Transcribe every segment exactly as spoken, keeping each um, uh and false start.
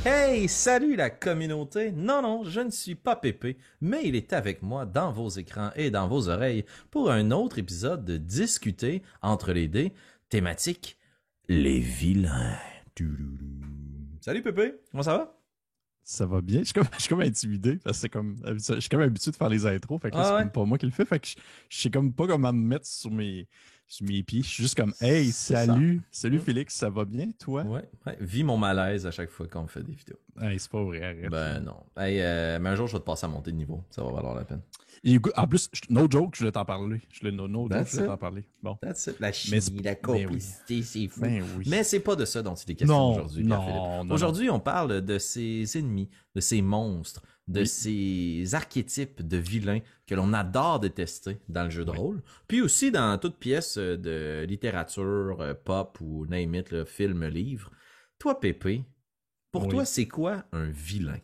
Hey, salut la communauté! Non, non, je ne suis pas Pépé, mais il est avec moi dans vos écrans et dans vos oreilles pour un autre épisode de Discuter entre les dés, thématique les vilains. Touloulou. Salut Pépé, comment ça va? Ça va bien. Je suis comme, je suis comme intimidé parce que c'est comme, je suis comme habitué de faire les intros. Fait que là, Ah c'est ouais, comme pas moi qui le fais. Fait que je, je sais comme pas comment me mettre sur mes, sur mes pieds. Je suis juste comme, hey, c'est ça. salut, salut Hmm. Félix, ça va bien, toi? Ouais, ouais, vis mon malaise à chaque fois qu'on fait des vidéos. Hey, c'est pas vrai, arrête. Ben non. Hey, euh, mais un jour je vais te passer à monter de niveau, ça va valoir la peine. Et écoute, en plus, je- no joke, je voulais t'en parler. Je voulais, no, no joke, je That's voulais it. t'en parler. Bon. That's it. La Mais c'est- chimie, la ben oui. complicité, c'est fou. Ben oui. Mais c'est pas de ça dont il est question Non, aujourd'hui, Pierre-Philippe. non, non, non. Aujourd'hui, on parle de ces ennemis, de ces monstres, de Oui. ces archétypes de vilains que l'on adore détester dans le jeu de Oui. rôle, puis aussi dans toute pièce de littérature, euh, pop ou name it, là, film, livre. Toi, Pépé, pour toi, Oui. c'est quoi un vilain?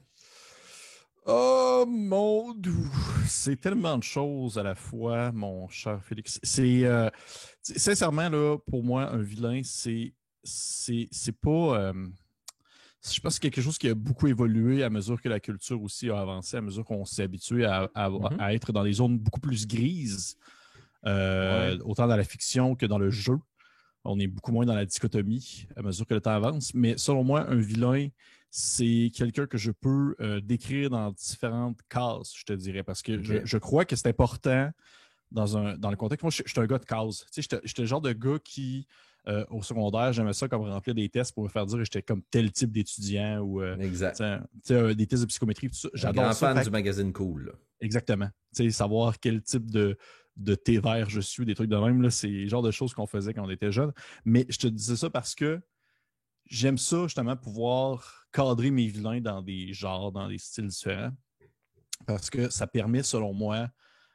Oh mon Dieu, c'est tellement de choses à la fois, mon cher Félix. C'est euh, c'est- sincèrement là, pour moi, un vilain, c'est c'est c'est pas. euh, je pense que c'est quelque chose qui a beaucoup évolué à mesure que la culture aussi a avancé, à mesure qu'on s'est habitué à, à- Mhm. à être dans des zones beaucoup plus grises, Ouais. euh, autant dans la fiction que dans le jeu. On est beaucoup moins dans la dichotomie à mesure que le temps avance. Mais selon moi, un vilain, c'est quelqu'un que je peux euh, décrire dans différentes cases, je te dirais, parce que je, Ok. je crois que c'est important dans, un, dans le contexte. Moi, je, je suis un gars de case. Tu sais, j'étais j'étais le genre de gars qui, euh, au secondaire, j'aimais ça comme remplir des tests pour me faire dire que j'étais comme tel type d'étudiant ou euh, tu Exact. sais, tu sais, euh, des tests de psychométrie. Tout ça. Un grand J'adore ça. fan Fait du que- magazine Cool, là. exactement. Tu sais, savoir quel type de, de thé vert je suis, des trucs de même, là, c'est le genre de choses qu'on faisait quand on était jeune. Mais je te disais ça parce que j'aime ça, justement, pouvoir cadrer mes vilains dans des genres, dans des styles différents, parce que ça permet, selon moi,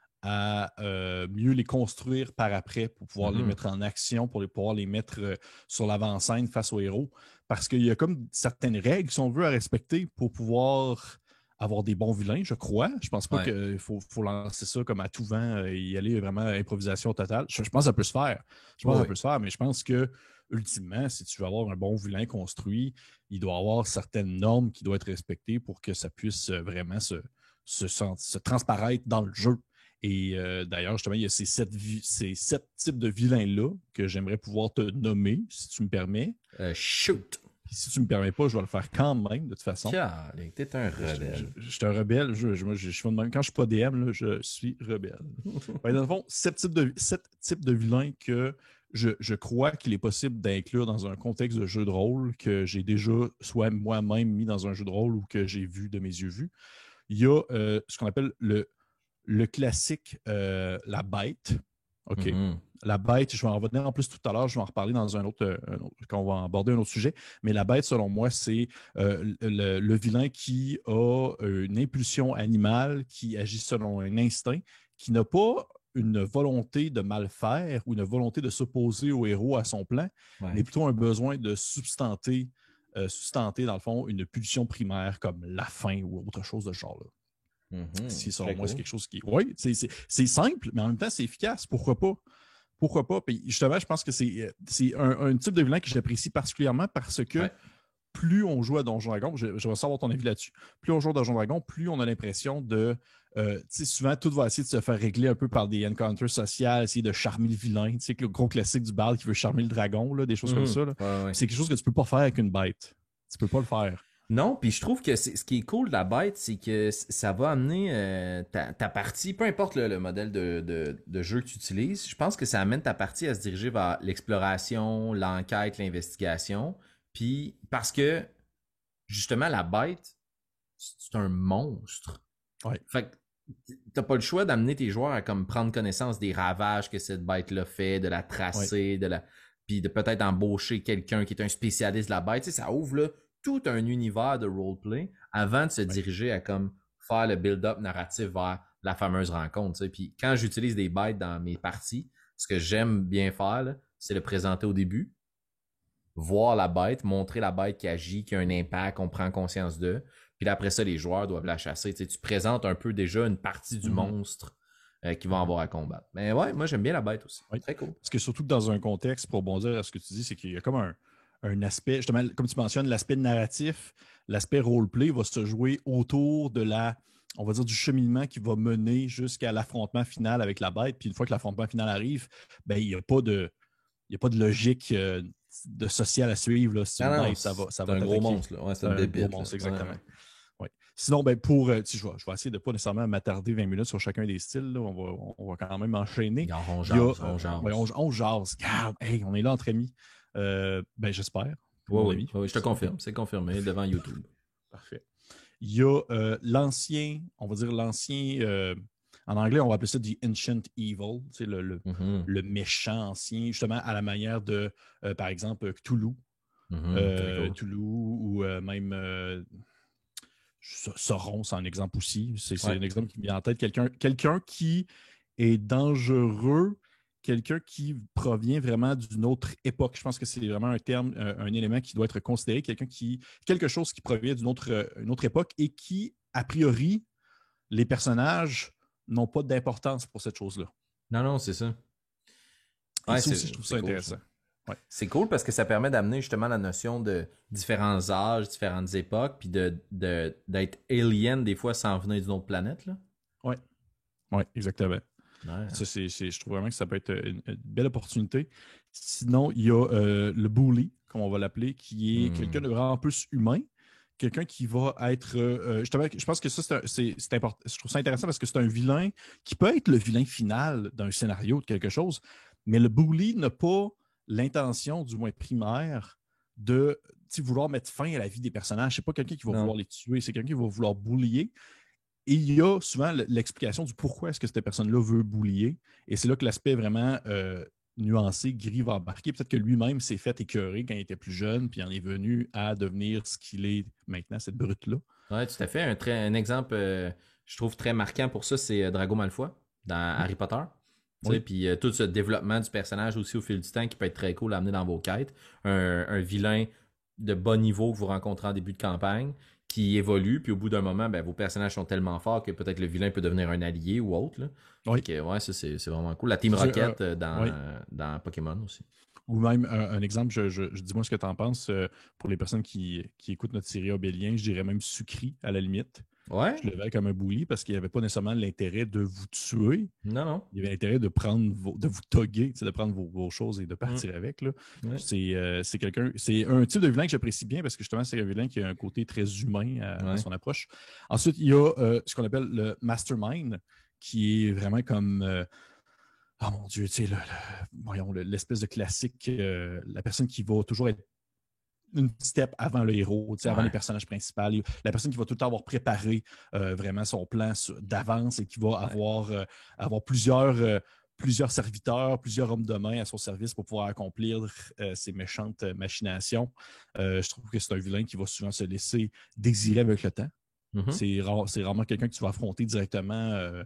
à euh, mieux les construire par après pour pouvoir les Mhm. mettre en action, pour les, pouvoir les mettre euh, sur l'avant-scène face aux héros. Parce qu'il y a comme certaines règles, si on veut, à respecter pour pouvoir avoir des bons vilains, je crois. Je pense pas Ouais. qu'il faut, faut lancer ça comme à tout vent euh, et y aller vraiment à improvisation totale. Je, je pense que ça peut se faire. Je pense que ça Oui. peut se faire, mais je pense que ultimement, si tu veux avoir un bon vilain construit, il doit avoir certaines normes qui doivent être respectées pour que ça puisse euh, vraiment se, se, se transparaître dans le jeu. Et euh, d'ailleurs, justement, il y a ces sept, vi- ces sept types de vilains-là que j'aimerais pouvoir te nommer, si tu me permets. Euh, shoot! Puis si tu me permets pas, je vais le faire quand même, de toute façon. Calique, t'es un Je, je, rebelle. je suis un rebelle. Je, je, je, je fais de même. Quand je suis pas D M, là, je suis rebelle. Ben, dans le fond, sept types de, sept types de vilains que je, je crois qu'il est possible d'inclure dans un contexte de jeu de rôle que j'ai déjà soit moi-même mis dans un jeu de rôle ou que j'ai vu de mes yeux vus. Il y a euh, ce qu'on appelle le le classique, euh, la bête. OK. Mhm. La bête, je vais en revenir en plus tout à l'heure, je vais en reparler dans un autre, un autre quand on va aborder un autre sujet. Mais la bête, selon moi, c'est euh, le, le vilain qui a une impulsion animale, qui agit selon un instinct, qui n'a pas une volonté de mal faire ou une volonté de s'opposer au héros à son plan, Ouais. mais plutôt un besoin de substanter, euh, sustenter, dans le fond, une pulsion primaire comme la faim ou autre chose de ce genre-là. Mhm. Si, selon Très moi, c'est cool. quelque chose qui. Oui, c'est, c'est, c'est simple, mais en même temps, c'est efficace. Pourquoi pas? Pourquoi pas? Puis justement, je pense que c'est, c'est un, un type de vilain que j'apprécie particulièrement parce que Ouais. plus on joue à Donjon Dragon, je, je vais savoir ton avis là-dessus, plus on joue à Donjon Dragon, plus on a l'impression de. Euh, tu sais, souvent, tout va essayer de se faire régler un peu par des encounters sociales, essayer de charmer le vilain. Tu sais, le gros classique du bal qui veut charmer le dragon, là, des choses comme Mhm. ça. Là. Ouais, ouais. C'est quelque chose que tu peux pas faire avec une bête. Tu peux pas le faire. Non, puis je trouve que c'est- ce qui est cool de la bête, c'est que c- ça va amener euh, ta, ta partie, peu importe le, le modèle de, de, de jeu que tu utilises, je pense que ça amène ta partie à se diriger vers l'exploration, l'enquête, l'investigation. Puis parce que justement, la bête, c'est un monstre. Ouais. Fait que t'as pas le choix d'amener tes joueurs à comme prendre connaissance des ravages que cette bête-là fait, de la tracer, de la, puis de peut-être embaucher quelqu'un qui est un spécialiste de la bête. Tu sais, ça ouvre là, tout un univers de roleplay avant de se Ouais. diriger à comme faire le build-up narratif vers la fameuse rencontre. Tu sais. Puis quand j'utilise des bêtes dans mes parties, ce que j'aime bien faire, là, c'est le présenter au début, voir la bête, montrer la bête qui agit, qui a un impact, on prend conscience d'eux. Puis là, après ça, les joueurs doivent la chasser. Tu sais, tu présentes un peu déjà une partie du Mhm. monstre euh, qu'ils vont avoir à combattre. Mais ouais, moi j'aime bien la bête aussi. Oui. Très cool. Parce que surtout que dans un contexte, pour rebondir à ce que tu dis, c'est qu'il y a comme un, un aspect, justement, comme tu mentionnes, l'aspect narratif, l'aspect roleplay va se jouer autour de la, on va dire, du cheminement qui va mener jusqu'à l'affrontement final avec la bête. Puis une fois que l'affrontement final arrive, ben, il n'y a pas de, il y a pas de logique euh, de social à suivre. Là. C'est Ah une non, bête, ça va, ça c'est va un gros t'attaquer. monstre. Là. Ouais, c'est C'est une un gros bébite. monstre, Là. exactement. Ouais. Ouais. Sinon, ben, pour, euh, je, vais, je vais essayer de ne pas nécessairement m'attarder vingt minutes sur chacun des styles. Là. On, va, on va quand même enchaîner. Regarde, on Il y a, jase, on jase. euh, ouais, on, on jase. Regarde, hey, on est là entre amis. Euh, ben, j'espère. Oui, mon oui, ami. oui, je te confirme. C'est confirmé devant YouTube. Parfait. Il y a euh, l'ancien, on va dire l'ancien, euh, en anglais, on va appeler ça du Ancient Evil, c'est le, le, Mm-hmm. le méchant ancien, justement à la manière de, euh, par exemple, Cthulhu. Mm-hmm. Euh, Cool. Cthulhu ou euh, même euh, Sauron, c'est un exemple aussi. C'est Ouais. un exemple qui me vient en tête. Quelqu'un quelqu'un qui est dangereux, quelqu'un qui provient vraiment d'une autre époque. Je pense que c'est vraiment un terme, un, un élément qui doit être considéré. Quelqu'un qui, quelque chose qui provient d'une autre, une autre époque et qui, a priori, les personnages n'ont pas d'importance pour cette chose-là. Non, non, c'est ça. Et Ouais, ça aussi, je trouve ça cool, intéressant. ça. Ouais. C'est cool parce que ça permet d'amener justement la notion de différents âges, différentes époques, puis de, de, d'être alien des fois sans venir d'une autre planète. Là. Oui, ouais, exactement. Ouais. Ça, c'est, c'est, je trouve vraiment que ça peut être une, une belle opportunité. Sinon, il y a euh, le bully, comme on va l'appeler, qui est Mm. quelqu'un de vraiment plus humain. Quelqu'un qui va être. Euh, justement, je pense que ça, c'est, un, c'est, c'est important. Je trouve ça intéressant parce que c'est un vilain qui peut être le vilain final d'un scénario, de quelque chose, mais le bully n'a pas l'intention, du moins primaire, de vouloir mettre fin à la vie des personnages. C'est pas quelqu'un qui va Non. vouloir les tuer, c'est quelqu'un qui va vouloir bullier. Et il y a souvent l'explication du pourquoi est-ce que cette personne-là veut boulier. Et c'est là que l'aspect vraiment euh, nuancé, gris va embarquer. Peut-être que lui-même s'est fait écœurer quand il était plus jeune, puis en est venu à devenir ce qu'il est maintenant, cette brute-là. Oui, tout à fait. Un, très, un exemple, euh, je trouve très marquant pour ça, c'est Drago Malfoy dans mmh. Harry Potter. Oui. Puis euh, tout ce développement du personnage aussi au fil du temps qui peut être très cool à amener dans vos quêtes. Un, un vilain de bas niveau que vous rencontrez en début de campagne qui évolue, puis au bout d'un moment, ben, vos personnages sont tellement forts que peut-être le vilain peut devenir un allié ou autre. Là. Oui. Que, ouais, ça c'est, c'est vraiment cool. La Team Rocket euh, dans, oui. euh, dans Pokémon aussi. Ou même un, un exemple, je, je, je dis-moi ce que tu en penses, euh, pour les personnes qui, qui écoutent notre série Obélien, je dirais même Sucri à la limite. Ouais. Je le verrais comme un bully parce qu'il n'y avait pas nécessairement l'intérêt de vous tuer. Non, non. Il y avait l'intérêt de prendre vos, de vous toguer, de prendre vos, vos choses et de partir mmh. avec. Là. Ouais. C'est, euh, c'est quelqu'un. C'est un type de vilain que j'apprécie bien parce que justement, c'est un vilain qui a un côté très humain à, ouais. à son approche. Ensuite, il y a euh, ce qu'on appelle le mastermind, qui est vraiment comme. Euh, oh mon Dieu, tu sais, le, le, voyons, le, l'espèce de classique, euh, la personne qui va toujours être une step avant le héros, ouais. avant les personnages principaux. La personne qui va tout le temps avoir préparé euh, vraiment son plan d'avance et qui va ouais. avoir, euh, avoir plusieurs, euh, plusieurs serviteurs, plusieurs hommes de main à son service pour pouvoir accomplir euh, ses méchantes machinations. Euh, je trouve que c'est un vilain qui va souvent se laisser désirer avec le temps. Mm-hmm. C'est, rare, c'est rarement quelqu'un que tu vas affronter directement euh,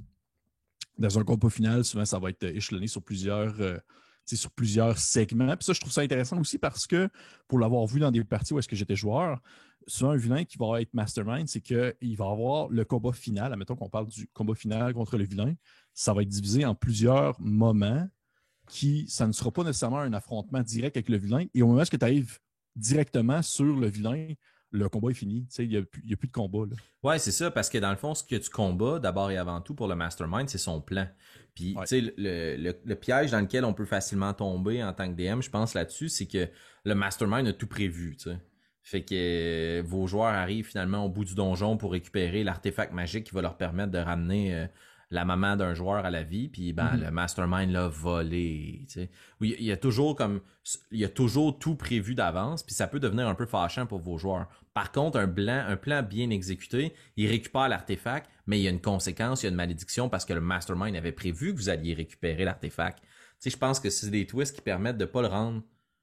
dans un combat final. Souvent, ça va être échelonné sur plusieurs... Euh, sur plusieurs segments. Puis ça, je trouve ça intéressant aussi parce que, pour l'avoir vu dans des parties où est-ce que j'étais joueur, souvent un vilain qui va être mastermind, c'est qu'il va avoir le combat final. Admettons qu'on parle du combat final contre le vilain. Ça va être divisé en plusieurs moments qui, ça ne sera pas nécessairement un affrontement direct avec le vilain. Et au moment où tu arrives directement sur le vilain, le combat est fini. Il n'y a, a plus de combat. Là. Ouais, c'est ça, parce que dans le fond, ce que tu combats, d'abord et avant tout, pour le mastermind, c'est son plan. Puis, ouais. tu sais, le, le, le piège dans lequel on peut facilement tomber en tant que D M, je pense là-dessus, c'est que le mastermind a tout prévu, tu sais. Fait que euh, vos joueurs arrivent finalement au bout du donjon pour récupérer l'artefact magique qui va leur permettre de ramener euh, la maman d'un joueur à la vie, puis ben mm-hmm. le mastermind l'a volé, tu sais. Oui, il y a toujours comme il y a toujours tout prévu d'avance, puis ça peut devenir un peu fâchant pour vos joueurs. Par contre, un plan, un plan bien exécuté, il récupère l'artefact, mais il y a une conséquence, il y a une malédiction parce que le mastermind avait prévu que vous alliez récupérer l'artefact. Tu sais, je pense que c'est des twists qui permettent de pas le rendre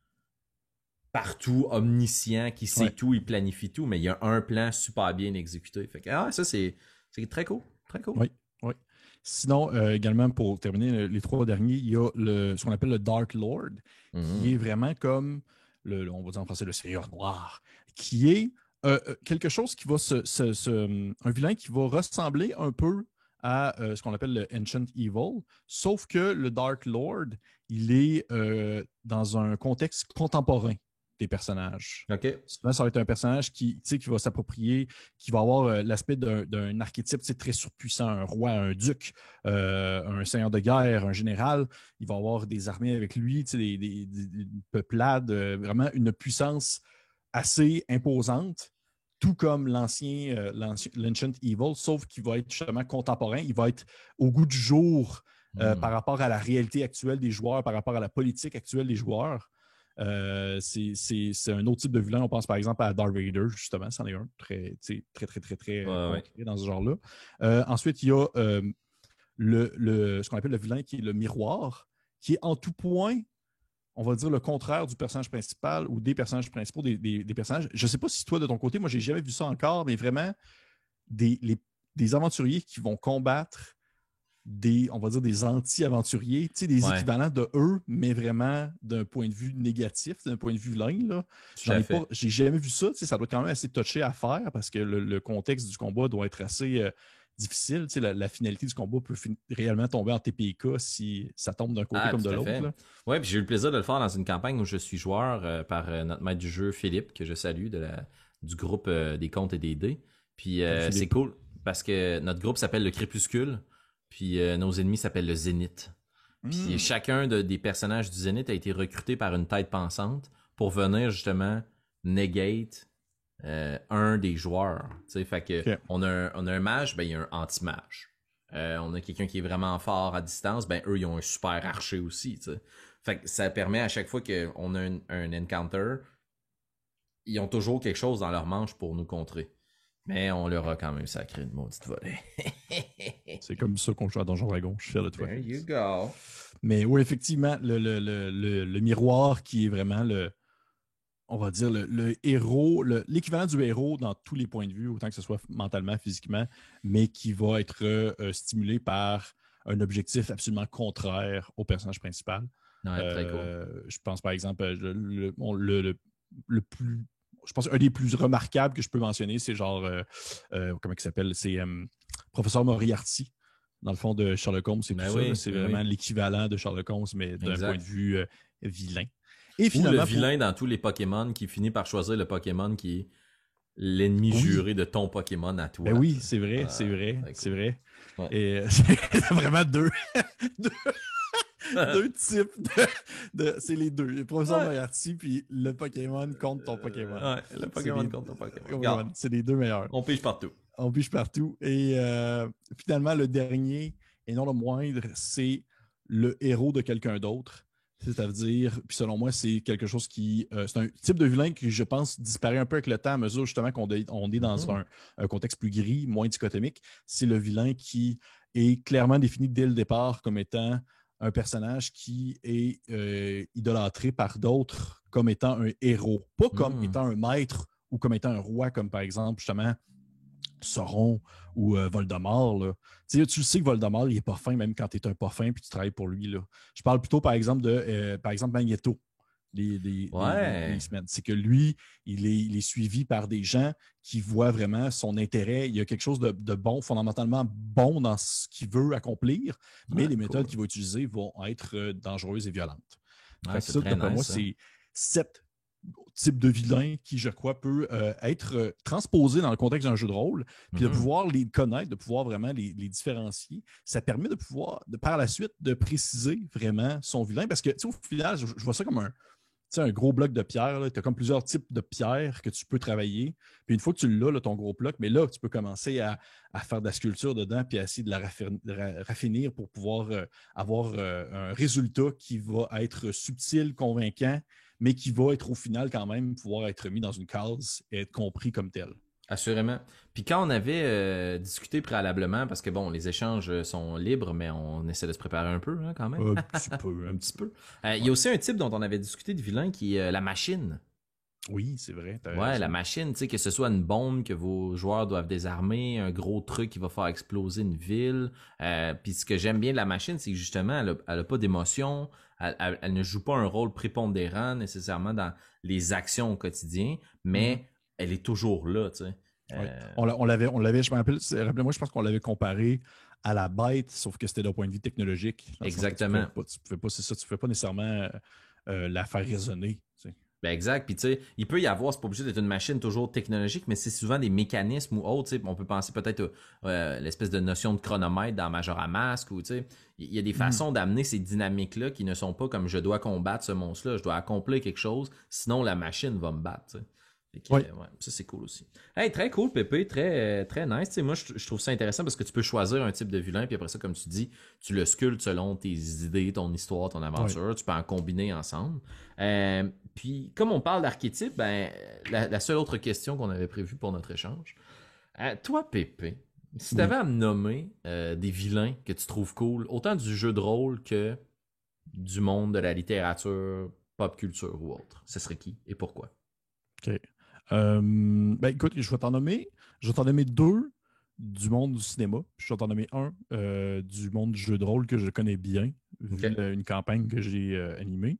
partout, omniscient, qui sait ouais. tout, il planifie tout, mais il y a un plan super bien exécuté. Fait que, ah, ça, c'est, c'est très cool. Très cool. Oui, oui. Sinon, euh, également, pour terminer les trois derniers, il y a le, ce qu'on appelle le Dark Lord, mm-hmm. qui est vraiment comme, le, on va dire en français, le Seigneur Noir, qui est euh, quelque chose qui va se, se, se... un vilain qui va ressembler un peu à euh, ce qu'on appelle le Ancient Evil, sauf que le Dark Lord, il est euh, dans un contexte contemporain. des personnages. OK. Souvent, ça va être un personnage qui, qui va s'approprier, qui va avoir euh, l'aspect d'un, d'un archétype très surpuissant, un roi, un duc, euh, un seigneur de guerre, un général. Il va avoir des armées avec lui, des, des, des peuplades, euh, vraiment une puissance assez imposante, tout comme l'ancien, euh, l'ancien l'Ancient Evil, sauf qu'il va être justement contemporain. Il va être au goût du jour euh, mm. par rapport à la réalité actuelle des joueurs, par rapport à la politique actuelle des joueurs. Euh, c'est, c'est, c'est un autre type de vilain. On pense par exemple à Darth Vader, justement, c'en est un très, très, très, très, très ouais, ouais. dans ce genre-là. Euh, ensuite, il y a euh, le, le, ce qu'on appelle le vilain qui est le miroir, qui est en tout point, on va dire, le contraire du personnage principal ou des personnages principaux, des, des, des personnages. Je ne sais pas si toi, de ton côté, moi, j'ai jamais vu ça encore, mais vraiment, des, les, des aventuriers qui vont combattre des, on va dire, des anti-aventuriers, tu sais, des ouais. équivalents de eux, mais vraiment d'un point de vue négatif, d'un point de vue vilain, là. J'en ai pas, j'ai jamais vu ça, tu sais, ça doit être quand même assez touché à faire parce que le, le contexte du combat doit être assez euh, difficile, tu sais, la, la finalité du combat peut fin- réellement tomber en T P K si ça tombe d'un côté ah, comme de l'autre. Oui, puis j'ai eu le plaisir de le faire dans une campagne où je suis joueur euh, par euh, notre maître du jeu, Philippe, que je salue, de la, du groupe euh, des contes et des dés. Puis euh, c'est cool parce que notre groupe s'appelle le Crépuscule. Puis euh, nos ennemis s'appellent le Zénith. Puis mmh. chacun de, des personnages du Zénith a été recruté par une tête pensante pour venir justement negate euh, un des joueurs. T'sais, fait que okay. on, a un, on a un mage, ben il y a un anti-mage. Euh, on a quelqu'un qui est vraiment fort à distance, ben eux ils ont un super archer aussi. T'sais. Fait que ça permet à chaque fois qu'on a un, un encounter, ils ont toujours quelque chose dans leur manche pour nous contrer. Mais on leur a quand même sacré une maudite volée. C'est comme ça qu'on joue à Donjon Dragon. Je suis fier de toi. There you go. Mais oui, effectivement, le, le, le, le, le miroir qui est vraiment le, on va dire, le, le héros, le, l'équivalent du héros dans tous les points de vue, autant que ce soit mentalement, physiquement, mais qui va être euh, stimulé par un objectif absolument contraire au personnage principal. Ouais, euh, très cool. Je pense par exemple, le, le, le, le, le plus... Je pense qu'un des plus remarquables que je peux mentionner, c'est genre, euh, euh, comment il s'appelle? C'est euh, Professeur Moriarty, dans le fond de Sherlock Holmes. C'est, tout oui, ça, c'est vraiment oui. l'équivalent de Sherlock Holmes, mais d'un exact. point de vue euh, vilain. Et finalement, ou le vilain pour... dans tous les Pokémon qui finit par choisir le Pokémon qui est l'ennemi oui. juré de ton Pokémon à toi. Ben oui, c'est vrai, ah, c'est vrai, cool. c'est vrai. Ouais. Et euh, c'est vraiment deux... deux... deux types de, de... C'est les deux. Le professeur ouais. Moriarty puis le Pokémon contre ton Pokémon. Ouais, le Pokémon les... contre ton Pokémon. Pokémon. C'est les deux meilleurs. On pige partout. On pige partout. Et euh, finalement, le dernier, et non le moindre, c'est le héros de quelqu'un d'autre. C'est-à-dire, puis selon moi, c'est quelque chose qui... Euh, c'est un type de vilain qui, je pense, disparaît un peu avec le temps à mesure justement qu'on de, on est dans mm-hmm. un, un contexte plus gris, moins dichotomique. C'est le vilain qui est clairement défini dès le départ comme étant un personnage qui est euh, idolâtré par d'autres comme étant un héros. Pas comme mmh. étant un maître ou comme étant un roi, comme par exemple, justement, Sauron ou euh, Voldemort. Là. Tu sais que Voldemort, il n'est pas fin, même quand tu es un pas fin puis tu travailles pour lui. Là. Je parle plutôt, par exemple, de euh, par exemple Magneto. Les, les, ouais. les, les semaines. C'est que lui, il est, il est suivi par des gens qui voient vraiment son intérêt. Il y a quelque chose de, de bon, fondamentalement bon dans ce qu'il veut accomplir, mais ouais, les méthodes cool. qu'il va utiliser vont être euh, dangereuses et violentes. Ouais, ça, d'après nice, moi, ça. c'est sept types de vilains qui, je crois, peut euh, être euh, transposés dans le contexte d'un jeu de rôle, puis mm-hmm. de pouvoir les connaître, de pouvoir vraiment les, les différencier. Ça permet de pouvoir, de, par la suite, de préciser vraiment son vilain, parce que, tu sais, au final, je, je vois ça comme un Tu sais, un gros bloc de pierre, tu as comme plusieurs types de pierres que tu peux travailler. Puis une fois que tu l'as, là, ton gros bloc, mais là, tu peux commencer à, à faire de la sculpture dedans puis à essayer de la raffinir, de raffinir pour pouvoir euh, avoir euh, un résultat qui va être subtil, convaincant, mais qui va être au final quand même pouvoir être mis dans une case et être compris comme tel. Assurément. Puis quand on avait euh, discuté préalablement, parce que bon, les échanges sont libres, mais on essaie de se préparer un peu hein, quand même. Un petit peu. un petit peu. Euh, ouais. Il y a aussi un type dont on avait discuté de vilain qui est euh, la machine. Oui, c'est vrai. Ouais, raison. La machine, tu sais, que ce soit une bombe que vos joueurs doivent désarmer, un gros truc qui va faire exploser une ville. Euh, Puis ce que j'aime bien de la machine, c'est que justement, elle a, elle a pas d'émotion, elle, elle, elle ne joue pas un rôle prépondérant nécessairement dans les actions au quotidien, mais mm. elle est toujours là, tu sais. Ouais. Euh... On, on l'avait, on l'avait, je me rappelle, rappelez-moi, je pense qu'on l'avait comparé à la bête, sauf que c'était d'un point de vue technologique. Exactement. Tu ne pouvais pas, c'est ça, tu ne pouvais pas nécessairement euh, la faire résonner. Tu sais. Ben exact. Puis tu sais, il peut y avoir, c'est pas obligé d'être une machine toujours technologique, mais c'est souvent des mécanismes ou autres. Tu sais, on peut penser peut-être à euh, l'espèce de notion de chronomètre dans Majora Mask ou tu sais, il y a des Mhm. façons d'amener ces dynamiques-là qui ne sont pas comme je dois combattre ce monstre-là, je dois accomplir quelque chose, sinon la machine va me battre. Tu sais. Fait que, Oui, euh, ouais, ça c'est cool aussi. Hey, très cool, Pépé, très, euh, très nice. Tu sais, moi, je, je trouve ça intéressant parce que tu peux choisir un type de vilain, puis après ça, comme tu dis, tu le sculptes selon tes idées, ton histoire, ton oui. aventure. Tu peux en combiner ensemble. Euh, puis, comme on parle d'archétype, ben, la, la seule autre question qu'on avait prévue pour notre échange, euh, toi, Pépé, si tu avais Oui. à me nommer euh, des vilains que tu trouves cool, autant du jeu de rôle que du monde de la littérature, pop culture ou autre, ce serait qui et pourquoi? OK. Euh, ben écoute, je vais t'en nommer, je vais t'en nommer deux du monde du cinéma. Puis je vais t'en nommer un euh, du monde du jeu de rôle que je connais bien, OK. vu le- une campagne que j'ai euh, animée.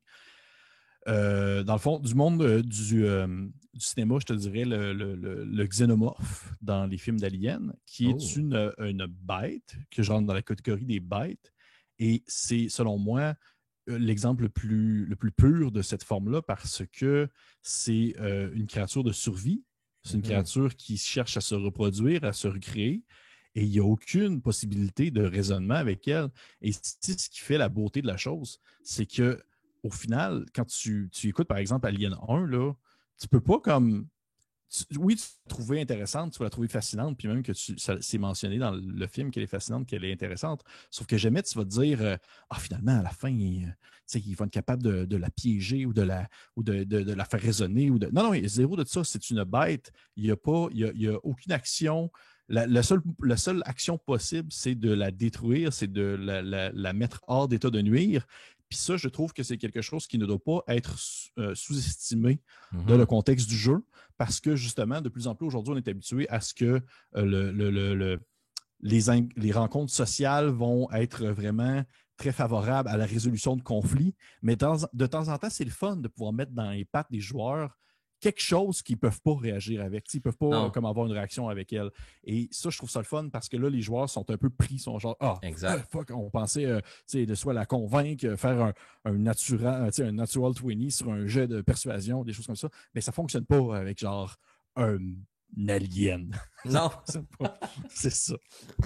Euh, dans le fond, du monde euh, du, euh, du cinéma, je te dirais le, le- le- le xénomorphe dans les films d'Alien, qui est Oh. une, une bête, que je rentre dans la catégorie des bêtes. Et c'est, selon moi, euh, l'exemple le plus, le plus pur de cette forme-là parce que c'est euh, une créature de survie. C'est une Mhm. créature qui cherche à se reproduire, à se recréer. Et il n'y a aucune possibilité de raisonnement avec elle. Et c'est ce qui fait la beauté de la chose. C'est que au final, quand tu, tu écoutes, par exemple, Alien un, là, tu peux pas comme. tu- oui, tu vas la trouver intéressante, tu vas la trouver fascinante, puis même que tu, ça- c'est mentionné dans le film qu'elle est fascinante, qu'elle est intéressante. Sauf que jamais tu vas te dire, euh, ah, finalement, à la fin, il, tu sais, ils vont être capables de, de la piéger ou de la, ou de, de- de la faire raisonner. Ou de... Non, non, il y a zéro de ça. C'est une bête. Il n'y a pas, il y a, il y a aucune action. La, la seule, la seule action possible, c'est de la détruire, c'est de la, la- la mettre hors d'état de nuire. Puis ça, je trouve que c'est quelque chose qui ne doit pas être euh, sous-estimé dans le Mhm. contexte du jeu, parce que justement, de plus en plus aujourd'hui, on est habitué à ce que euh, le, le- le- le- les, in- les rencontres sociales vont être vraiment très favorables à la résolution de conflits. Mais dans- de temps en temps, c'est le fun de pouvoir mettre dans les pattes des joueurs quelque chose qu'ils ne peuvent pas réagir avec. Ils ne peuvent pas euh, Non, comme avoir une réaction avec elle. Et ça, je trouve ça le fun parce que là, les joueurs sont un peu pris, sont genre Ah, ah, exact. fuck, on pensait euh, de soit la convaincre, euh, faire un, un, natural, un natural vingt sur un jet de persuasion, des choses comme ça. Mais ça ne fonctionne pas avec genre un, un alien. Ça Non. fonctionne pas. C'est ça.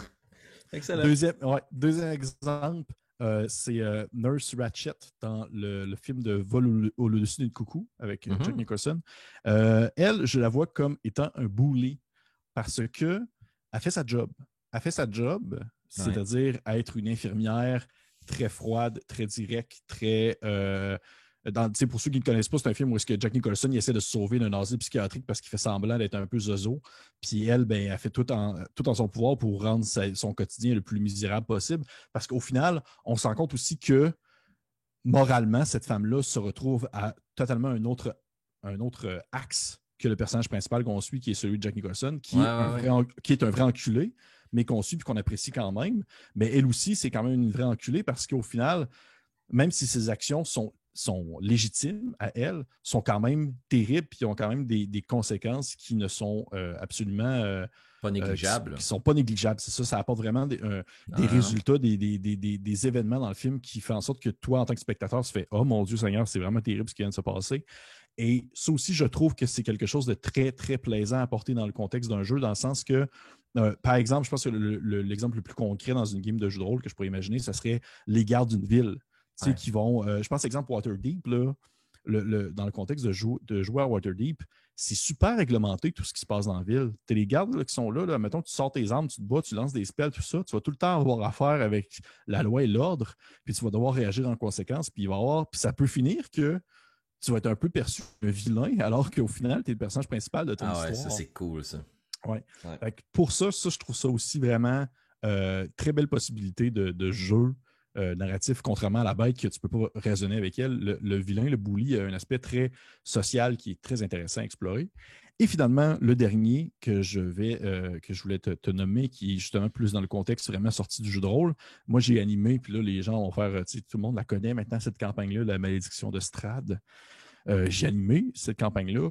Excellent. Deuxième, ouais, deuxième exemple, euh, c'est euh, Nurse Ratched dans le, le film de Vol au- au-dessus d'une coucou avec euh, Jack Mhm. Nicholson. Euh, elle, je la vois comme étant un bully parce que elle fait sa job. Elle fait sa job, Ouais. c'est-à-dire être une infirmière très froide, très directe, très. Euh, dans, pour ceux qui ne connaissent pas, c'est un film où est-ce que Jack Nicholson il essaie de se sauver d'un asile psychiatrique parce qu'il fait semblant d'être un peu zozo. Puis elle, ben, elle fait tout en, tout en son pouvoir pour rendre sa, son quotidien le plus misérable possible. Parce qu'au final, on se rend compte aussi que moralement, cette femme-là se retrouve à totalement un autre, un autre axe que le personnage principal qu'on suit, qui est celui de Jack Nicholson, Ouais, qui est un ouais, ouais. vrai, qui est un vrai enculé, mais qu'on suit et qu'on apprécie quand même. Mais elle aussi, c'est quand même une vraie enculée parce qu'au final, même si ses actions sont, sont légitimes à elle, sont quand même terribles et ont quand même des, des conséquences qui ne sont euh, absolument euh, Pas euh, qui, négligeable. qui Là. sont pas négligeables. C'est ça, ça apporte vraiment des, euh, Non, des non, non. résultats, des, des, des, des, des événements dans le film qui font en sorte que toi, en tant que spectateur, tu fais Oh mon Dieu Seigneur, c'est vraiment terrible ce qui vient de se passer. Et ça aussi, je trouve que c'est quelque chose de très, très plaisant à porter dans le contexte d'un jeu, dans le sens que, euh, par exemple, je pense que le- le- l'exemple le plus concret dans une game de jeu de rôle que je pourrais imaginer, ce serait les gardes d'une ville. Tu sais, Ouais. qui vont. Euh, je pense, exemple, Waterdeep, là, le, le, dans le contexte de, jou de jouer à Waterdeep, c'est super réglementé tout ce qui se passe dans la ville. Tu as les gardes là, qui sont là, là, mettons que tu sors tes armes, tu te bats, tu lances des spells, tout ça, tu vas tout le temps avoir affaire avec la loi et l'ordre, puis tu vas devoir réagir en conséquence, puis il va y avoir, puis ça peut finir que tu vas être un peu perçu comme un vilain, alors qu'au final, tu es le personnage principal de ton Ah ouais, ça histoire. c'est cool ça. Ouais. Ouais. Fait que pour ça, ça, je trouve ça aussi vraiment euh, très belle possibilité de, de jeu euh, narratif, contrairement à la bête que tu peux pas raisonner avec elle. Le, le vilain, le bully, a un aspect très social qui est très intéressant à explorer. Et finalement, le dernier que je vais, euh, que je voulais te, te nommer, qui est justement plus dans le contexte vraiment sorti du jeu de rôle. Moi, j'ai animé, puis là, les gens vont faire, tu sais, tout le monde la connaît maintenant, cette campagne-là, La Malédiction de Strahd. Euh, j'ai animé cette campagne-là.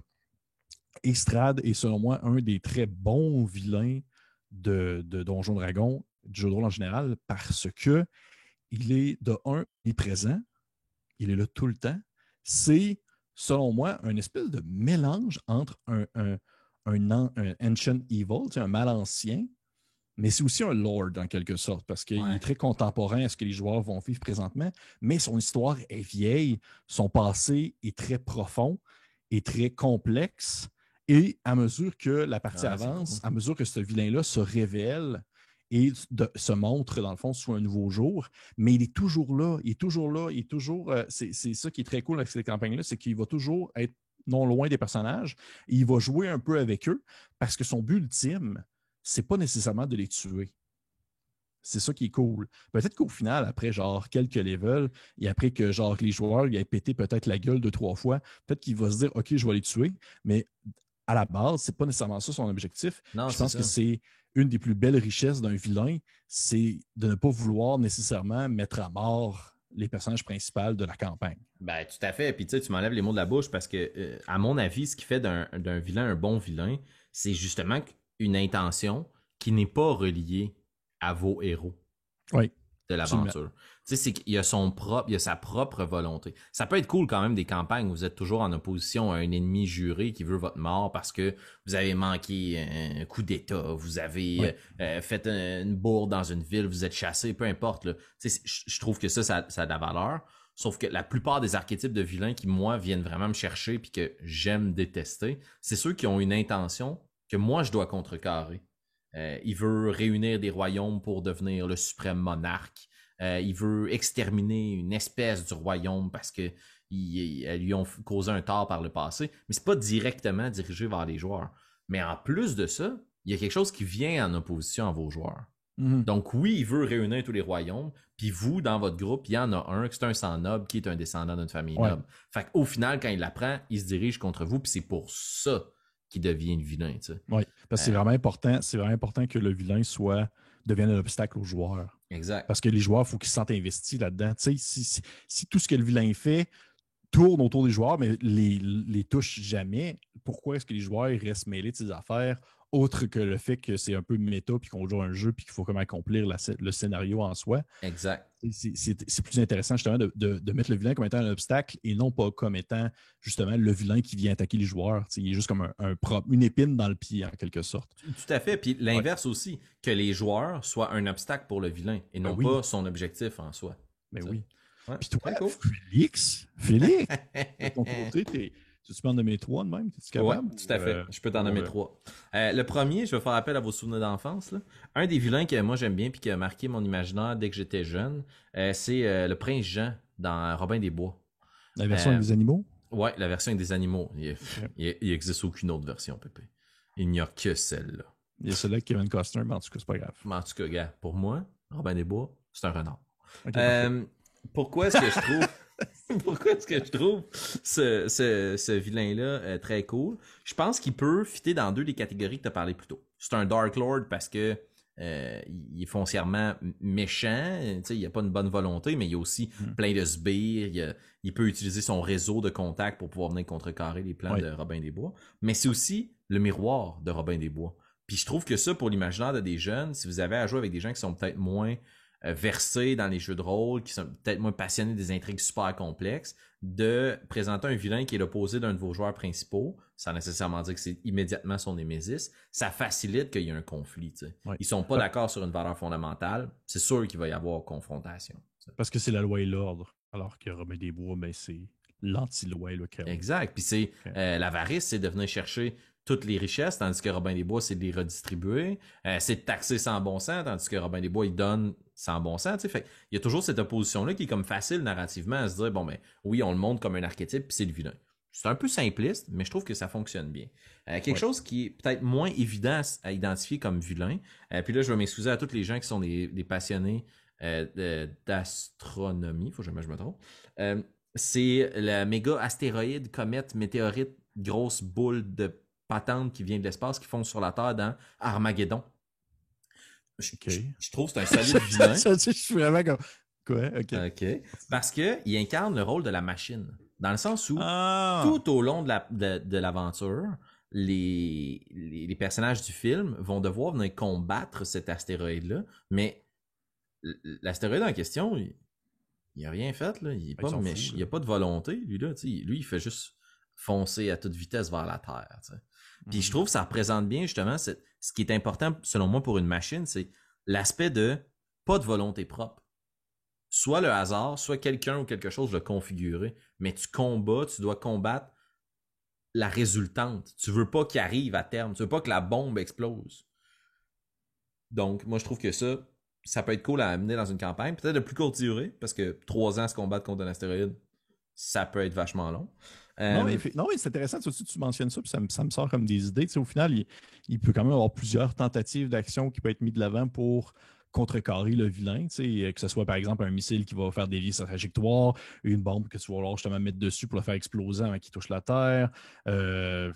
Et Strahd est, selon moi, un des très bons vilains de, de Donjon Dragon, du jeu de rôle en général, parce que il est, de un, il est présent, il est là tout le temps. C'est selon moi, un espèce de mélange entre un, un, un, an- un Ancient Evil, tu sais, un mal ancien, mais c'est aussi un lord en quelque sorte, parce qu'il Ouais. est très contemporain à ce que les joueurs vont vivre présentement, mais son histoire est vieille, son passé est très profond et très complexe. Et à mesure que la partie Ouais, c'est cool. avance, à mesure que ce vilain-là se révèle et de- se montre, dans le fond, sous un nouveau jour, mais il est toujours là, il est toujours là, il est toujours. euh, c'est c'est ça qui est très cool avec cette campagne-là, c'est qu'il va toujours être non loin des personnages et il va jouer un peu avec eux parce que son but ultime, c'est pas nécessairement de les tuer. C'est ça qui est cool. Peut-être qu'au final, après genre quelques levels, et après que genre les joueurs ils aient pété peut-être la gueule deux, trois fois, peut-être qu'il va se dire OK, je vais les tuer, mais à la base, c'est pas nécessairement ça son objectif. Non, Puis je c'est pense que ça. c'est une des plus belles richesses d'un vilain, c'est de ne pas vouloir nécessairement mettre à mort les personnages principaux de la campagne. Ben, tout à fait. Puis tu sais, tu m'enlèves les mots de la bouche parce que, euh, à mon avis, ce qui fait d'un d'un vilain un bon vilain, c'est justement une intention qui n'est pas reliée à vos héros Oui, de absolument. l'aventure. Tu sais, c'est qu'il a son propre, il a sa propre volonté. Ça peut être cool quand même des campagnes où vous êtes toujours en opposition à un ennemi juré qui veut votre mort parce que vous avez manqué un coup d'état, vous avez Oui, euh, fait une bourde dans une ville, vous êtes chassé, peu importe. Là. Tu sais, je je trouve que ça, ça, ça a de la valeur. Sauf que la plupart des archétypes de vilains qui, moi, viennent vraiment me chercher puis que j'aime détester, c'est ceux qui ont une intention que moi, je dois contrecarrer. Euh, il veut réunir des royaumes pour devenir le suprême monarque. Euh, il veut exterminer une espèce du royaume parce que ils, elles lui ont causé un tort par le passé. Mais c'est pas directement dirigé vers les joueurs. Mais en plus de ça, il y a quelque chose qui vient en opposition à vos joueurs. Mhm. Donc oui, il veut réunir tous les royaumes, puis vous, dans votre groupe, il y en a un qui est un sang noble, qui est un descendant d'une famille Ouais. noble. Fait qu'au final, quand il l'apprend, il se dirige contre vous, puis c'est pour ça qu'il devient vilain, tu sais. Oui, parce que c'est Euh, vraiment important, c'est vraiment important que le vilain soit devienne un obstacle aux joueurs. exact. Parce que les joueurs, il faut qu'ils se sentent investis là-dedans. Tu sais, si, si, si tout ce que le vilain fait tourne autour des joueurs, mais les, les touche jamais, pourquoi est-ce que les joueurs ils restent mêlés de ces affaires, autre que le fait que c'est un peu méta, puis qu'on joue un jeu, puis qu'il faut comment accomplir la, le scénario en soi. Exact. C'est, c'est, c'est plus intéressant justement de, de, de, mettre le vilain comme étant un obstacle et non pas comme étant justement le vilain qui vient attaquer les joueurs. T'sais, il est juste comme un, un propre, une épine dans le pied en quelque sorte. Tout à fait. Puis Ouais. l'inverse aussi, que les joueurs soient un obstacle pour le vilain et Ben non oui, pas son objectif en soi. ben Ça. oui. Ouais, Puis toi, très cool. Félix, Félix, de ton côté, t'es, tu peux en nommer trois de même? Es-tu Ouais, capable? tout à Ou, fait. euh, Je peux t'en ou on nommer verra? trois. Euh, le premier, je vais faire appel à vos souvenirs d'enfance. Là. Un des vilains que moi j'aime bien puis qui a marqué mon imaginaire dès que j'étais jeune, euh, c'est euh, le prince Jean dans Robin des Bois. La version Euh, avec des animaux? ouais, la version avec des animaux. Il, Okay. il, il existe aucune autre version, Pépé. Il n'y a que celle-là. Il y a celui-là avec Kevin Costner, mais en tout cas, c'est pas grave. Mais en tout cas, gars, pour moi, Robin des Bois, c'est un renard. Ok, Euh, pourquoi est-ce que je trouve pourquoi est-ce que je trouve ce, ce, ce vilain-là euh, très cool? Je pense qu'il peut fitter dans deux des catégories que tu as parlé plus tôt. C'est un Dark Lord parce que euh, il est foncièrement méchant, tu sais, il n'y a pas une bonne volonté, mais il y a aussi Mm. plein de sbires, il, a- il peut utiliser son réseau de contacts pour pouvoir venir contrecarrer les plans Ouais. de Robin des Bois. Mais c'est aussi le miroir de Robin des Bois. Puis je trouve que ça, pour l'imaginaire de des jeunes, si vous avez à jouer avec des gens qui sont peut-être moins euh, versés dans les jeux de rôle, qui sont peut-être moins passionnés des intrigues super complexes, de présenter un vilain qui est l'opposé d'un de vos joueurs principaux, sans nécessairement dire que c'est immédiatement son némésis, ça facilite qu'il y ait un conflit. Tu sais. Ouais. Ils sont pas Pa- d'accord sur une valeur fondamentale, c'est sûr qu'il va y avoir confrontation. Tu sais. Parce que c'est la loi et l'ordre. Alors que Robin des Bois, ben, c'est l'anti-loi et le chaos. Exact. Puis c'est Ok. euh, l'avarice, c'est de venir chercher toutes les richesses, tandis que Robin des Bois, c'est de les redistribuer. Euh, c'est de taxer sans bon sens, tandis que Robin des Bois, il donne sans bon sens. Tu sais. Fait, il y a toujours cette opposition-là qui est comme facile narrativement à se dire, bon, ben oui, on le montre comme un archétype, puis c'est le vilain. C'est un peu simpliste, mais je trouve que ça fonctionne bien. Euh, quelque Ouais. chose qui est peut-être moins évident à identifier comme vilain, euh, puis là, je vais m'excuser à tous les gens qui sont des, des passionnés euh, de- d'astronomie, faut jamais que je me trompe. Euh, c'est la méga astéroïde, comète, météorite, grosse boule de patente qui vient de l'espace, qui fonce sur la Terre dans Armageddon. Je, Ok. je- je trouve que c'est un solide vilain. Ça, je suis vraiment comme. Quoi? Ok. OK. Parce qu'il incarne le rôle de la machine. Dans le sens où, Ah! tout au long de, la, de, de l'aventure, les, les, les personnages du film vont devoir venir combattre cet astéroïde-là, mais l- l'astéroïde en question, il, il a rien fait, là. Il Il s'en n'a fout, pas, là. a pas de volonté, lui, là. Tu sais, lui, il fait juste foncer à toute vitesse vers la Terre. T'sais. Puis Mhm. je trouve que ça représente bien justement cette, ce qui est important selon moi pour une machine, c'est l'aspect de pas de volonté propre. Soit le hasard, soit quelqu'un ou quelque chose l'a configuré, mais tu combats, tu dois combattre la résultante. Tu veux pas qu'il arrive à terme, tu veux pas que la bombe explose. Donc, moi, je trouve que ça, ça peut être cool à amener dans une campagne. Peut-être de plus courte durée, parce que trois ans à se combattre contre un astéroïde, ça peut être vachement long. Non, mais, Euh, non, mais c'est intéressant, tu, tu mentionnes ça, puis ça me, ça me sort comme des idées. Tu sais, au final, il, il peut quand même avoir plusieurs tentatives d'action qui peuvent être mises de l'avant pour contrecarrer le vilain, tu sais, que ce soit par exemple un missile qui va faire dévier sa trajectoire, une bombe que tu vas vouloir justement mettre dessus pour le faire exploser avant qu'il touche la Terre, euh,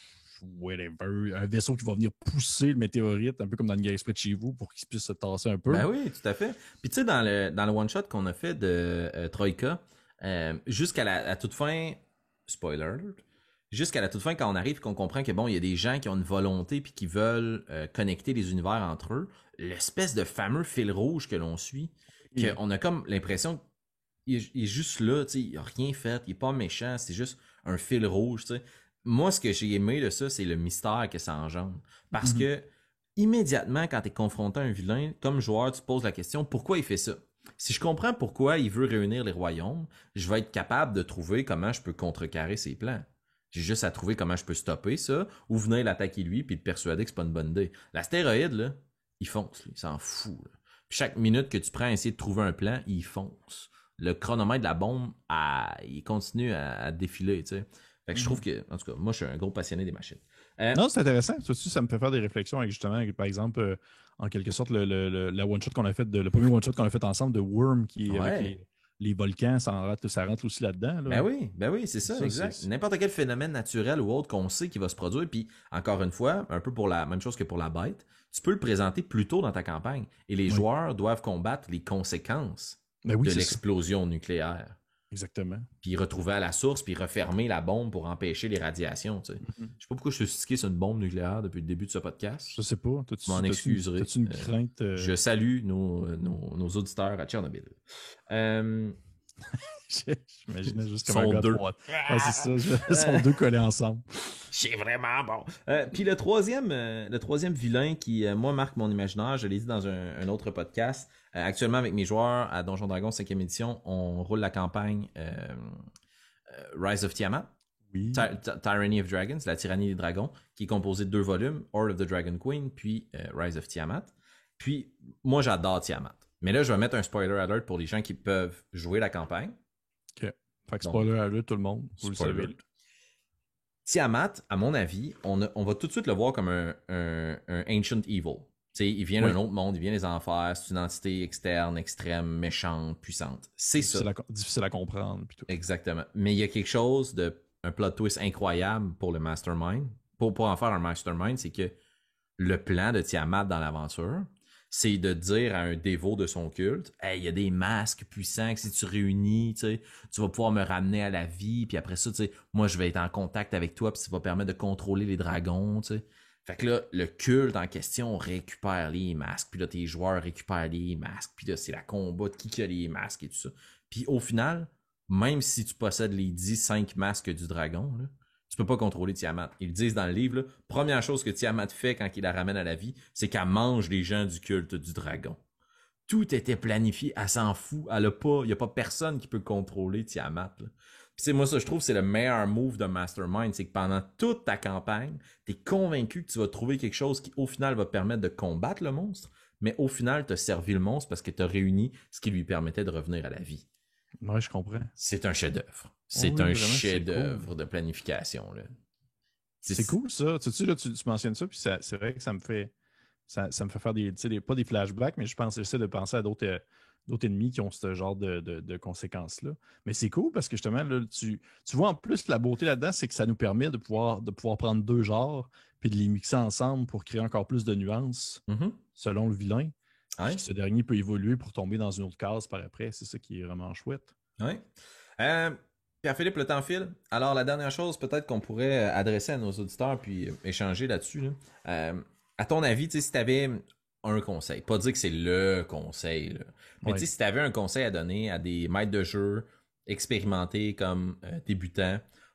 whatever, un vaisseau qui va venir pousser le météorite, un peu comme dans une guerre exprès de chez vous, pour qu'il puisse se tasser un peu. ben oui, tout à fait. Puis tu sais, dans le, dans le one-shot qu'on a fait de euh, Troika, euh, jusqu'à la, la toute fin, spoiler alert, jusqu'à la toute fin, quand on arrive et qu'on comprend que bon, il y a des gens qui ont une volonté puis qui veulent euh, connecter les univers entre eux, l'espèce de fameux fil rouge que l'on suit, Et- qu'on a comme l'impression qu'il est, il est juste là, tu sais, il a rien fait, il est pas méchant, c'est juste un fil rouge, tu sais. Moi, ce que j'ai aimé de ça, c'est le mystère que ça engendre. Parce Mhm. que, immédiatement, quand tu es confronté à un vilain, comme joueur, tu te poses la question, pourquoi il fait ça? Si je comprends pourquoi il veut réunir les royaumes, je vais être capable de trouver comment je peux contrecarrer ses plans. J'ai juste à trouver comment je peux stopper ça, ou venir l'attaquer lui, puis te persuader que c'est pas une bonne idée. L'astéroïde, là, il fonce, lui, il s'en fout. Là. Puis chaque minute que tu prends à essayer de trouver un plan, il fonce. Le chronomètre de la bombe, à, il continue à, à défiler, tu sais. Fait que je trouve Mhm. que, en tout cas, moi, je suis un gros passionné des machines. Euh, Non, c'est intéressant. Ça aussi, ça me fait faire des réflexions avec justement, avec, par exemple, euh, en quelque sorte, le, le- le- la one-shot qu'on a fait, de, le premier one-shot qu'on a fait ensemble de Worm, qui est avec ouais. les, les volcans, ça, en rentre, ça rentre aussi là-dedans. Ben Là. oui, ben oui, c'est ça, Ça, c'est. exact. N'importe quel phénomène naturel ou autre qu'on sait qui va se produire, puis encore une fois, un peu pour la même chose que pour la bête, tu peux le présenter plus tôt dans ta campagne. Et les Oui. joueurs doivent combattre les conséquences Ben oui, de c'est ça. l'explosion nucléaire. Exactement. Puis retrouver à la source, puis refermer la bombe pour empêcher les radiations. Tu sais. Mhm. Je sais pas pourquoi je suis stické sur une bombe nucléaire depuis le début de ce podcast. Je sais pas. T'as-tu, Je m'en t'as-tu, excuserai. t'as-tu une Euh, crainte? euh, je salue nos, nos, nos auditeurs à Tchernobyl. Euh, J'imaginais juste comme un sont gars de deux. trois. Ouais, c'est ça. Ils sont deux collés ensemble. C'est vraiment bon. Euh, Puis le troisième, euh, le troisième vilain qui, euh, moi, marque mon imaginaire, je l'ai dit dans un, un autre podcast. Euh, actuellement, avec mes joueurs à Donjon Dragon cinquième édition, on roule la campagne euh, euh, Rise of Tiamat, Oui. Ty- Ty- Tyranny of Dragons, la tyrannie des dragons, qui est composée de deux volumes, Horde of the Dragon Queen, puis euh, Rise of Tiamat. Puis, moi, j'adore Tiamat. Mais là, je vais mettre un spoiler alert pour les gens qui peuvent jouer la campagne. OK. Fait que Donc, spoiler alert, tout le monde. Vous le Spoiler savez. alert. Tiamat, à mon avis, on, a- on va tout de suite le voir comme un, un- un Ancient Evil. T'sais, il vient Oui. d'un autre monde, il vient des enfers, c'est une entité externe, extrême, méchante, puissante. C'est ça. Difficile à, difficile à comprendre. Puis tout. Exactement. Mais il y a quelque chose de, un plot twist incroyable pour le Mastermind. Pour, pour en faire un Mastermind, c'est que le plan de Tiamat dans l'aventure, c'est de dire à un dévot de son culte, hey, il y a des masques puissants que si tu réunis, tu sais, tu vas pouvoir me ramener à la vie, puis après ça, tu sais, moi je vais être en contact avec toi, puis ça va permettre de contrôler les dragons, tu sais. Fait que là, le culte en question récupère les masques, puis là, tes joueurs récupèrent les masques, puis là, c'est la combat de qui qui a les masques et tout ça. Puis au final, même si tu possèdes les dix cinq masques du dragon, là, tu peux pas contrôler Tiamat. Ils le disent dans le livre, là, première chose que Tiamat fait quand il la ramène à la vie, c'est qu'elle mange les gens du culte du dragon. Tout était planifié, elle s'en fout, elle a pas, il y a pas personne qui peut contrôler Tiamat. Là. Puis c'est moi ça, je trouve c'est le meilleur move de Mastermind, c'est que pendant toute ta campagne, t'es convaincu que tu vas trouver quelque chose qui au final va te permettre de combattre le monstre, mais au final t'as servi le monstre parce que t'as réuni ce qui lui permettait de revenir à la vie. Ouais, je comprends. C'est un chef-d'œuvre. C'est Oui, un vraiment, c'est chef-d'œuvre cool. de planification. Là. C'est cool ça. Tu sais, là, tu, tu mentionnes ça, puis ça- c'est vrai que ça me fait ça, ça me fait faire des, tu sais, des- pas des flashbacks, mais je pense j'essaie de penser à d'autres euh, d'autres ennemis qui ont ce genre de, de- de conséquences-là. Mais c'est cool parce que justement, là, tu, tu vois en plus la beauté là-dedans, c'est que ça nous permet de pouvoir, de pouvoir prendre deux genres puis de les mixer ensemble pour créer encore plus de nuances Mhm. selon le vilain. Ouais. Puis ce dernier peut évoluer pour tomber dans une autre case par après. C'est ça qui est vraiment chouette. Ouais. Euh, Pierre-Philippe, le temps file. Alors, la dernière chose peut-être qu'on pourrait adresser à nos auditeurs puis euh, échanger là-dessus, là. Euh, à ton avis, tu sais, si tu avais un conseil, pas dire que c'est le conseil, là, mais Ouais. tu sais, si tu avais un conseil à donner à des maîtres de jeu expérimentés comme euh, débutants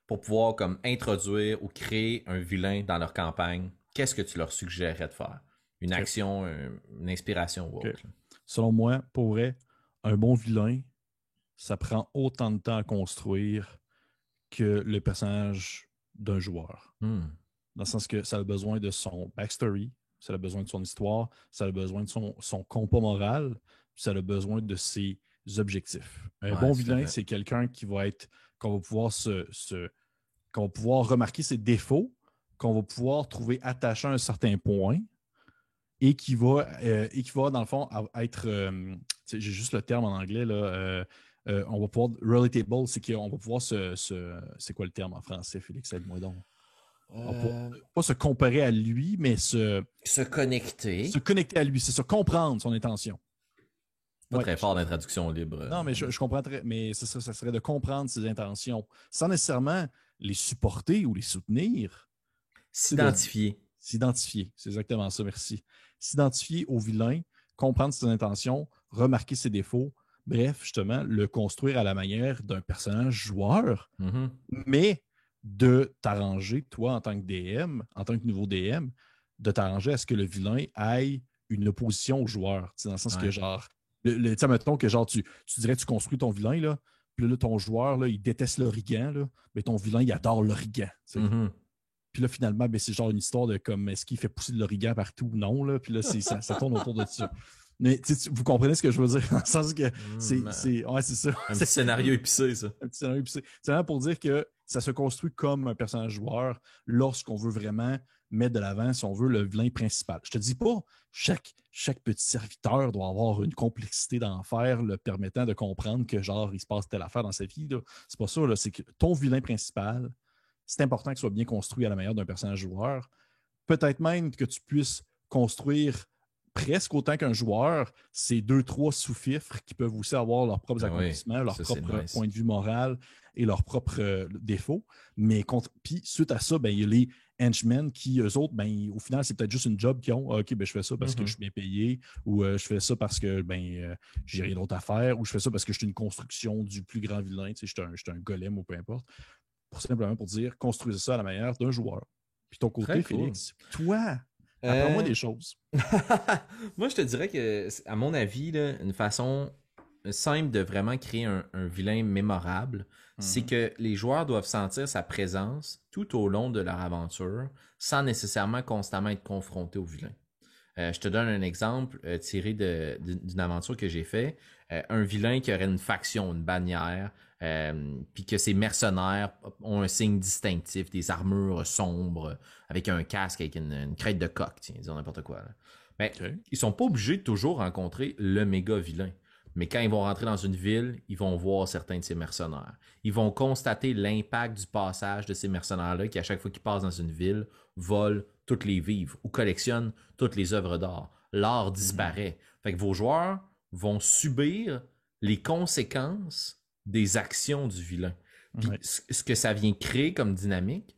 pour pouvoir comme introduire ou créer un vilain dans leur campagne, qu'est-ce que tu leur suggérerais de faire? Une okay. action, une inspiration ou autre? Okay. Selon moi, pour vrai, un bon vilain, ça prend autant de temps à construire que le personnage d'un joueur. Hmm. Dans le sens que ça a besoin de son backstory, ça a besoin de son histoire, ça a besoin de son, son compas moral, ça a besoin de ses objectifs. Un ouais, bon vilain, c'est quelqu'un qui va être, qu'on va pouvoir se, se qu'on va pouvoir remarquer ses défauts, qu'on va pouvoir trouver attachant à un certain point et qui va, euh, et qui va dans le fond, être, euh, j'ai juste le terme en anglais, là, euh, euh, on va pouvoir, relatable, c'est qu'on va pouvoir se, se, c'est quoi le terme en français, Félix, aide-moi donc. On euh... va pas se comparer à lui, mais se... Se connecter. Se connecter à lui, c'est se comprendre son intention. Pas ouais, très fort dans la traduction libre. Non, mais je, je comprends très, mais ça, ça serait de comprendre ses intentions, sans nécessairement les supporter ou les soutenir. S'identifier. S'identifier, c'est exactement ça, merci. S'identifier au vilain, comprendre ses intentions, remarquer ses défauts, bref, justement, le construire à la manière d'un personnage joueur, mm-hmm. mais de t'arranger, toi, en tant que D M, en tant que nouveau D M, de t'arranger à ce que le vilain aille une opposition au joueur. Dans le sens ouais. que, genre, le, le, tu sais, mettons que, genre, tu, tu dirais, tu construis ton vilain, là, puis là, ton joueur, là, il déteste l'origan, là, mais ton vilain, il adore l'origan. Mm-hmm. Puis là, finalement, ben, c'est genre une histoire de comme est-ce qu'il fait pousser de l'origan partout ou non, là, puis là, c'est, ça, ça tourne autour de ça. Mais vous comprenez ce que je veux dire, dans le sens que c'est, mmh, c'est, ouais, c'est ça. Un petit scénario épicé, ça. Un petit scénario épicé. C'est vraiment pour dire que ça se construit comme un personnage joueur lorsqu'on veut vraiment mettre de l'avant, si on veut, le vilain principal. Je te dis pas, chaque, chaque petit serviteur doit avoir une complexité d'enfer le permettant de comprendre que, genre, il se passe telle affaire dans sa vie. Là. C'est pas ça, là. C'est que ton vilain principal, c'est important qu'il soit bien construit à la manière d'un personnage joueur. Peut-être même que tu puisses construire presque autant qu'un joueur, ces deux, trois sous-fifres qui peuvent aussi avoir leurs propres ah accomplissements, oui, leurs ça, propres nice. points de vue moral et leurs propres euh, défauts. Mais contre... puis suite à ça, ben, il y a les henchmen qui, eux autres, ben, au final, c'est peut-être juste une job qu'ils ont. Ah, OK, ben, je fais ça parce mm-hmm. que je suis bien payé, ou euh, je fais ça parce que ben, euh, j'ai rien d'autre à faire, ou je fais ça parce que je suis une construction du plus grand vilain, tu sais, je suis un, je suis un golem ou peu importe. Pour simplement pour dire, construisez ça à la manière d'un joueur. Puis ton côté, cool. Félix, toi, apprends-moi euh... des choses. Moi, je te dirais que, à mon avis, là, une façon simple de vraiment créer un, un vilain mémorable, mm-hmm. c'est que les joueurs doivent sentir sa présence tout au long de leur aventure, sans nécessairement constamment être confrontés au vilain. Euh, je te donne un exemple euh, tiré de, de, d'une aventure que j'ai fait. Euh, un vilain qui aurait une faction, une bannière, euh, puis que ses mercenaires ont un signe distinctif, des armures sombres, avec un casque, avec une, une crête de coq, tiens, disons n'importe quoi. Là. Mais okay. Ils sont pas obligés de toujours rencontrer le méga vilain. Mais quand ils vont rentrer dans une ville, ils vont voir certains de ces mercenaires. Ils vont constater l'impact du passage de ces mercenaires-là qui, à chaque fois qu'ils passent dans une ville, volent toutes les vivres ou collectionnent toutes les œuvres d'art. L'art disparaît. Mmh. Fait que vos joueurs vont subir les conséquences des actions du vilain. Puis ouais. ce que ça vient créer comme dynamique,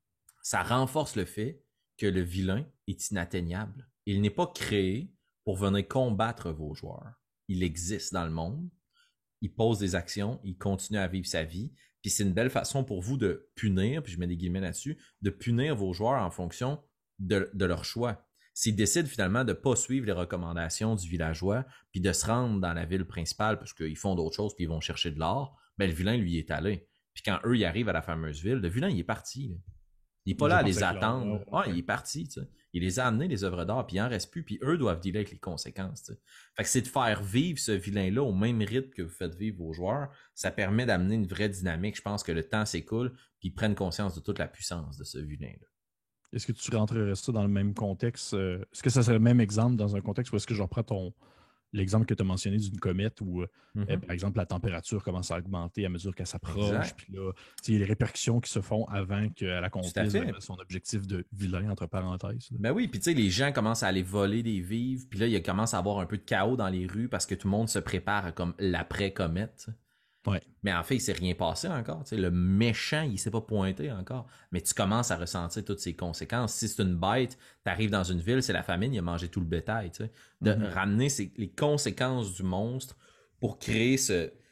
ça renforce le fait que le vilain est inatteignable. Il n'est pas créé pour venir combattre vos joueurs. Il existe dans le monde, il pose des actions, il continue à vivre sa vie, puis c'est une belle façon pour vous de punir, puis je mets des guillemets là-dessus, de punir vos joueurs en fonction de, de leur choix. S'ils décident finalement de ne pas suivre les recommandations du villageois, puis de se rendre dans la ville principale parce qu'ils font d'autres choses, puis ils vont chercher de l'or, ben le vilain, lui, est allé. Puis quand eux, ils arrivent à la fameuse ville, le vilain, il est parti. Là. Il n'est pas là à les attendre. Ah, il est parti, tu sais. Il les a amenés, les œuvres d'art, puis il en reste plus, puis eux doivent dealer avec les conséquences, tu sais. Fait que c'est de faire vivre ce vilain-là au même rythme que vous faites vivre vos joueurs. Ça permet d'amener une vraie dynamique. Je pense que le temps s'écoule, puis ils prennent conscience de toute la puissance de ce vilain-là. Est-ce que tu rentrerais ça dans le même contexte? Euh, est-ce que ça serait le même exemple dans un contexte où est-ce que je reprends ton l'exemple que tu as mentionné d'une comète où, mm-hmm. euh, par exemple, la température commence à augmenter à mesure qu'elle s'approche. Puis là, il y a les répercussions qui se font avant qu'elle accomplisse son objectif de vilain, entre parenthèses. Là. Ben oui, puis tu sais, les gens commencent à aller voler des vivres, puis là, il commence à avoir un peu de chaos dans les rues parce que tout le monde se prépare à comme l'après-comète. Ouais. Mais en fait, il ne s'est rien passé encore. T'sais. Le méchant, il ne s'est pas pointé encore. Mais tu commences à ressentir toutes ces conséquences. Si c'est une bête, tu arrives dans une ville, c'est la famine, il a mangé tout le bétail. T'sais. De mm-hmm. ramener ces, les conséquences du monstre pour créer ce,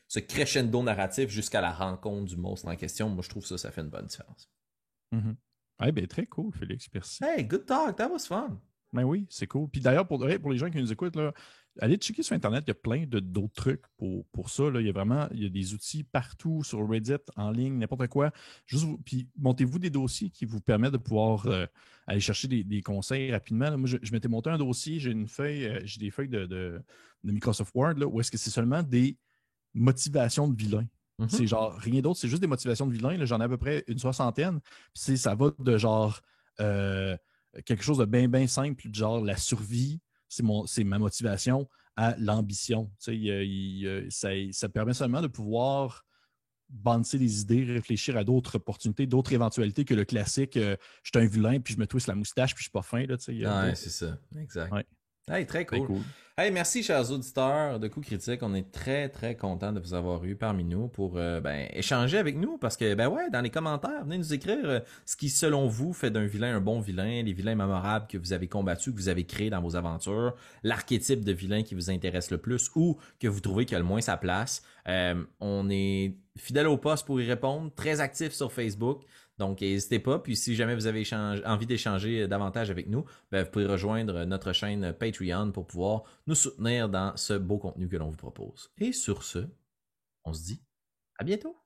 ce crescendo narratif jusqu'à la rencontre du monstre en question. Moi, je trouve ça, ça fait une bonne différence. Mm-hmm. Eh bien, très cool, Félix. Merci. Hey, good talk. That was fun. Ben oui, c'est cool. Puis d'ailleurs, pour, pour les gens qui nous écoutent, là, allez checker sur Internet, il y a plein de, d'autres trucs pour, pour ça. Là. Il y a vraiment il y a des outils partout sur Reddit, en ligne, n'importe quoi. Juste vous, puis montez-vous des dossiers qui vous permettent de pouvoir euh, aller chercher des, des conseils rapidement. Là, moi, je, je m'étais monté un dossier, j'ai une feuille, euh, j'ai des feuilles de, de, de Microsoft Word, là, où est-ce que c'est seulement des motivations de vilains. Mm-hmm. C'est genre rien d'autre, c'est juste des motivations de vilains. Là, j'en ai à peu près une soixantaine. Puis ça va de genre. Euh, quelque chose de bien, bien simple, genre la survie, c'est, mon, c'est ma motivation, à l'ambition. Tu sais, il, il, ça, ça permet seulement de pouvoir bouncer des idées, réfléchir à d'autres opportunités, d'autres éventualités que le classique euh, je suis un vilain, puis je me twiste la moustache, puis je suis pas fin. Là, tu sais, ouais, c'est ça. Exact. Ouais. Hey, très cool. Très cool. Hey, merci, chers auditeurs de Coups Critiques. On est très, très contents de vous avoir eu parmi nous pour euh, ben, échanger avec nous parce que, ben ouais, dans les commentaires, venez nous écrire euh, ce qui, selon vous, fait d'un vilain un bon vilain, les vilains mémorables que vous avez combattus, que vous avez créés dans vos aventures, l'archétype de vilain qui vous intéresse le plus ou que vous trouvez qui a le moins sa place. Euh, on est fidèle au poste pour y répondre, très actif sur Facebook. Donc, n'hésitez pas. Puis, si jamais vous avez échange, envie d'échanger davantage avec nous, ben, vous pouvez rejoindre notre chaîne Patreon pour pouvoir nous soutenir dans ce beau contenu que l'on vous propose. Et sur ce, on se dit à bientôt.